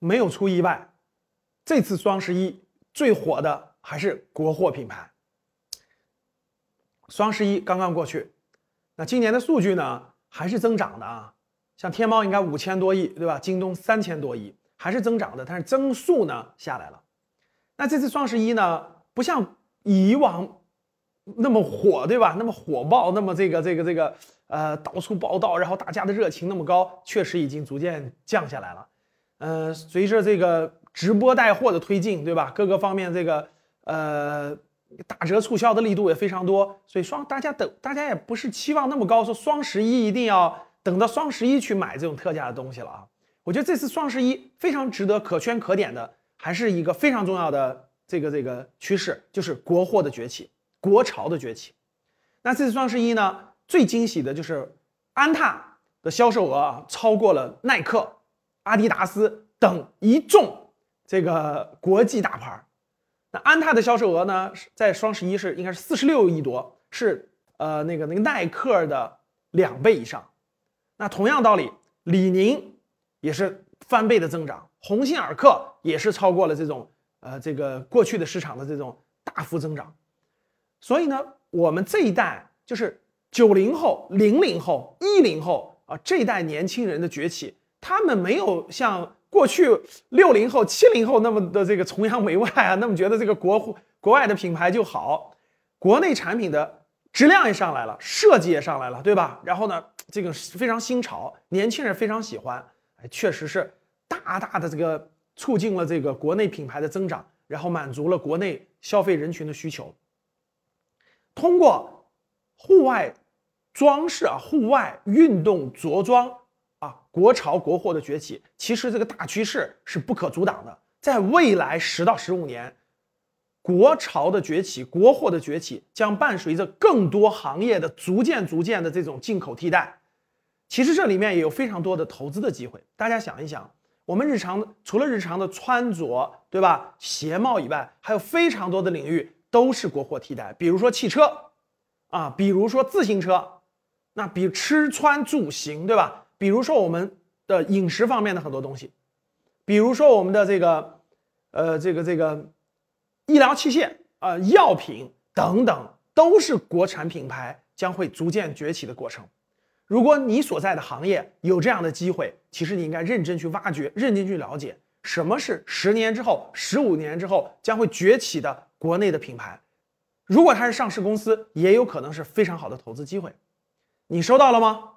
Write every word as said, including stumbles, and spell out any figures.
没有出意外，这次双十一最火的还是国货品牌。双十一刚刚过去，那今年的数据呢还是增长的啊，像天猫应该五千多亿，对吧？京东三千多亿，还是增长的，但是增速呢下来了。那这次双十一呢，不像以往那么火，对吧？那么火爆，那么这个这个这个呃到处报道，然后大家的热情那么高，确实已经逐渐降下来了。呃，随着这个直播带货的推进，对吧？各个方面这个呃打折促销的力度也非常多，所以双大家等大家也不是期望那么高，说双十一一定要等到双十一去买这种特价的东西了啊。我觉得这次双十一非常值得可圈可点的，还是一个非常重要的这个这个趋势，就是国货的崛起，国潮的崛起。那这次双十一呢，最惊喜的就是安踏的销售额啊，超过了耐克、阿迪达斯等一众这个国际大牌。那安踏的销售额呢，在双十一是应该是四十六亿多，是呃那个那个耐克的两倍以上。那同样道理，李宁也是翻倍的增长，鸿星尔克也是超过了这种呃这个过去的市场的这种大幅增长。所以呢，我们这一代就是九零后、零零后、一零后啊这一代年轻人的崛起，他们没有像过去六零后、七零后那么的这个崇洋媚外啊，那么觉得这个国国外的品牌就好，国内产品的质量也上来了，设计也上来了，对吧？然后呢，这个非常新潮，年轻人非常喜欢，哎，确实是大大的这个促进了这个国内品牌的增长，然后满足了国内消费人群的需求。通过户外装饰啊、户外运动着装啊，国潮国货的崛起，其实这个大趋势是不可阻挡的。在未来十到十五年，国潮的崛起、国货的崛起，将伴随着更多行业的逐渐逐渐的这种进口替代。其实这里面也有非常多的投资的机会。大家想一想，我们日常除了日常的穿着，对吧？鞋帽以外，还有非常多的领域都是国货替代，比如说汽车啊，比如说自行车，那比如吃穿住行，对吧？比如说我们的饮食方面的很多东西，比如说我们的这个呃这个这个医疗器械啊、呃、药品等等，都是国产品牌将会逐渐崛起的过程。如果你所在的行业有这样的机会，其实你应该认真去挖掘，认真去了解什么是十年之后、十五年之后将会崛起的国内的品牌。如果它是上市公司，也有可能是非常好的投资机会。你收到了吗？